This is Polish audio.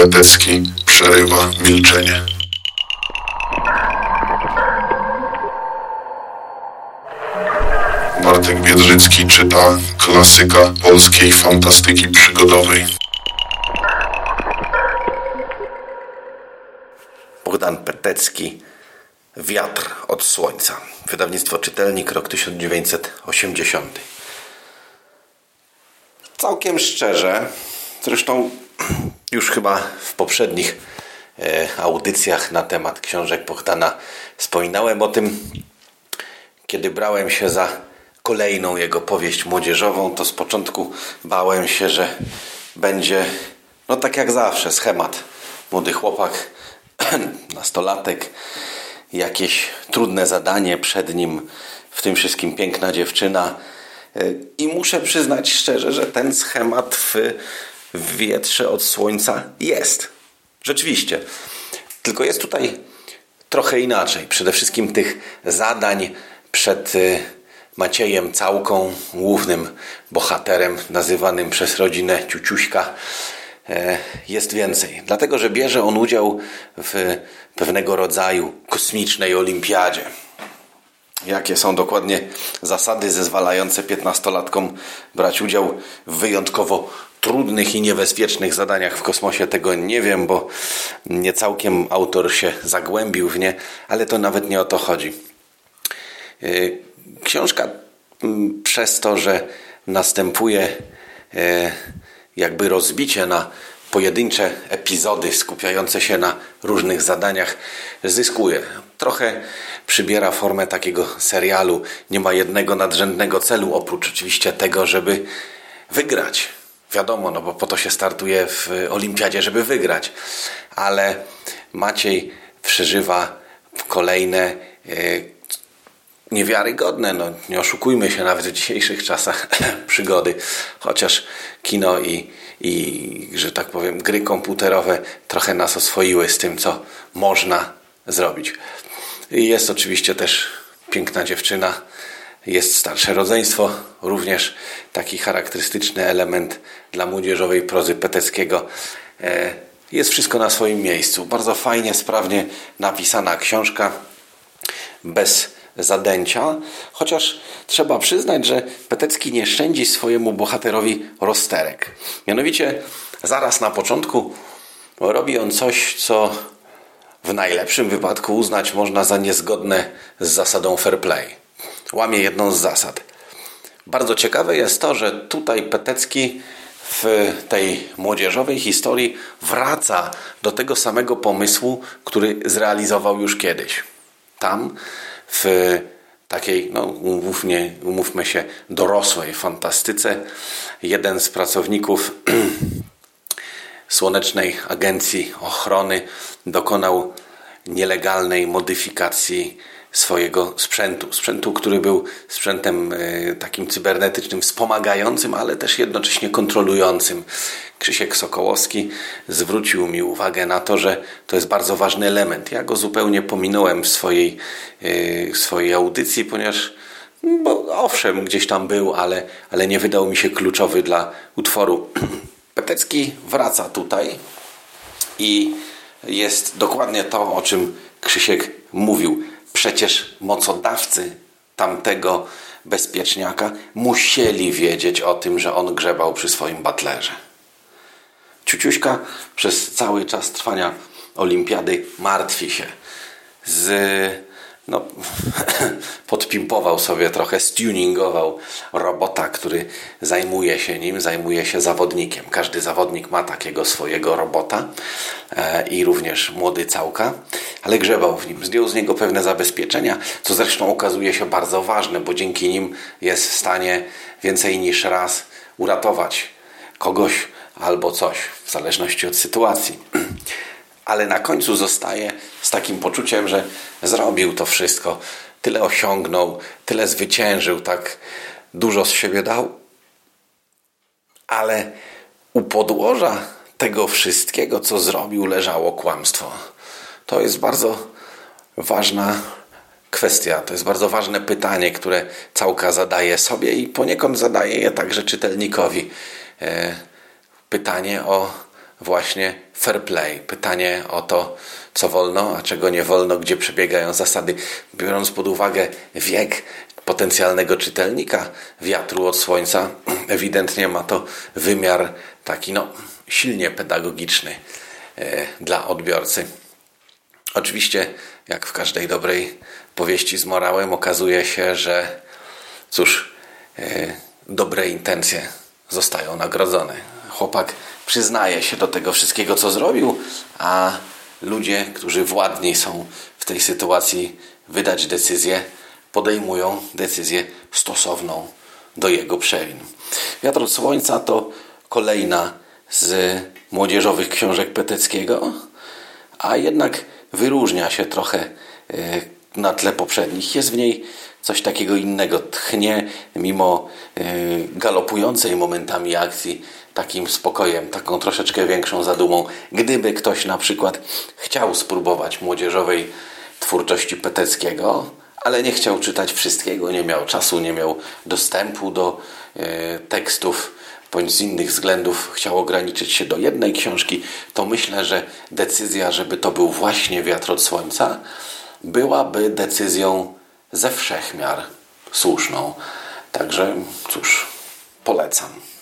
Petecki przerywa milczenie. Bartek Biedrzycki czyta klasyka polskiej fantastyki przygodowej. Bogdan Petecki, Wiatr od słońca. Wydawnictwo Czytelnik, rok 1980. Całkiem szczerze, zresztą już chyba w poprzednich audycjach na temat książek Bogdana wspominałem o tym, kiedy brałem się za kolejną jego powieść młodzieżową, to z początku bałem się, że będzie, tak jak zawsze, schemat. Młody chłopak, nastolatek, jakieś trudne zadanie przed nim, w tym wszystkim piękna dziewczyna. I muszę przyznać szczerze, że ten schemat w Wietrze od słońca jest. Rzeczywiście. Tylko jest tutaj trochę inaczej. Przede wszystkim tych zadań przed Maciejem Całką, głównym bohaterem, nazywanym przez rodzinę Ciuciuśka, jest więcej. Dlatego, że bierze on udział w pewnego rodzaju kosmicznej olimpiadzie. Jakie są dokładnie zasady zezwalające 15-latkom brać udział w wyjątkowo trudnych i niebezpiecznych zadaniach w kosmosie, tego nie wiem, bo nie całkiem autor się zagłębił w nie, ale to nawet nie o to chodzi. Książka przez to, że następuje jakby rozbicie na pojedyncze epizody skupiające się na różnych zadaniach, zyskuje. Trochę przybiera formę takiego serialu. Nie ma jednego nadrzędnego celu, oprócz oczywiście tego, żeby wygrać. Wiadomo, bo po to się startuje w olimpiadzie, żeby wygrać. Ale Maciej przeżywa kolejne niewiarygodne, nie oszukujmy się, nawet w dzisiejszych czasach przygody, chociaż kino i że tak powiem, gry komputerowe trochę nas oswoiły z tym, co można zrobić. I jest oczywiście też piękna dziewczyna, jest starsze rodzeństwo, również taki charakterystyczny element dla młodzieżowej prozy Peteckiego. Jest wszystko na swoim miejscu. Bardzo fajnie, sprawnie napisana książka, bez zadęcia, chociaż trzeba przyznać, że Petecki nie szczędzi swojemu bohaterowi rozterek. Mianowicie zaraz na początku robi on coś, co w najlepszym wypadku uznać można za niezgodne z zasadą fair play. Łamie jedną z zasad. Bardzo ciekawe jest to, że tutaj Petecki w tej młodzieżowej historii wraca do tego samego pomysłu, który zrealizował już kiedyś. Tam w takiej, umówmy się, dorosłej fantastyce jeden z pracowników Słonecznej Agencji Ochrony dokonał nielegalnej modyfikacji swojego sprzętu, który był sprzętem takim cybernetycznym, wspomagającym, ale też jednocześnie kontrolującym. Krzysiek Sokołowski zwrócił mi uwagę na to, że to jest bardzo ważny element. Ja go zupełnie pominąłem w swojej audycji, ponieważ owszem, gdzieś tam był, ale nie wydał mi się kluczowy dla utworu. Petecki wraca tutaj i jest dokładnie to, o czym Krzysiek mówił. Przecież mocodawcy tamtego bezpieczniaka musieli wiedzieć o tym, że on grzebał przy swoim butlerze. Ciuciuśka przez cały czas trwania olimpiady martwi się. Podpimpował sobie trochę, stuningował robota, który zajmuje się nim, zajmuje się zawodnikiem. Każdy zawodnik ma takiego swojego robota i również młody Całka, ale grzebał w nim. Zdjął z niego pewne zabezpieczenia, co zresztą okazuje się bardzo ważne, bo dzięki nim jest w stanie więcej niż raz uratować kogoś albo coś, w zależności od sytuacji. Ale na końcu zostaje z takim poczuciem, że zrobił to wszystko, tyle osiągnął, tyle zwyciężył, tak dużo z siebie dał. Ale u podłoża tego wszystkiego, co zrobił, leżało kłamstwo. To jest bardzo ważna kwestia, to jest bardzo ważne pytanie, które Całka zadaje sobie i poniekąd zadaje je także czytelnikowi. Pytanie o właśnie fair play. Pytanie o to, co wolno, a czego nie wolno, gdzie przebiegają zasady. Biorąc pod uwagę wiek potencjalnego czytelnika Wiatru od Słońca, ewidentnie ma to wymiar taki silnie pedagogiczny dla odbiorcy. Oczywiście, jak w każdej dobrej powieści z morałem, okazuje się, że dobre intencje zostają nagrodzone. Chłopak przyznaje się do tego wszystkiego, co zrobił, a ludzie, którzy władni są w tej sytuacji wydać decyzję, podejmują decyzję stosowną do jego przewin. Wiatr od Słońca to kolejna z młodzieżowych książek Peteckiego, a jednak wyróżnia się trochę na tle poprzednich. Jest w niej coś takiego innego. Tchnie mimo galopującej momentami akcji takim spokojem, taką troszeczkę większą zadumą. Gdyby ktoś na przykład chciał spróbować młodzieżowej twórczości Peteckiego, ale nie chciał czytać wszystkiego, nie miał czasu, nie miał dostępu do tekstów, bądź z innych względów chciał ograniczyć się do jednej książki, to myślę, że decyzja, żeby to był właśnie Wiatr od Słońca, byłaby decyzją ze wszech miar słuszną. Także polecam.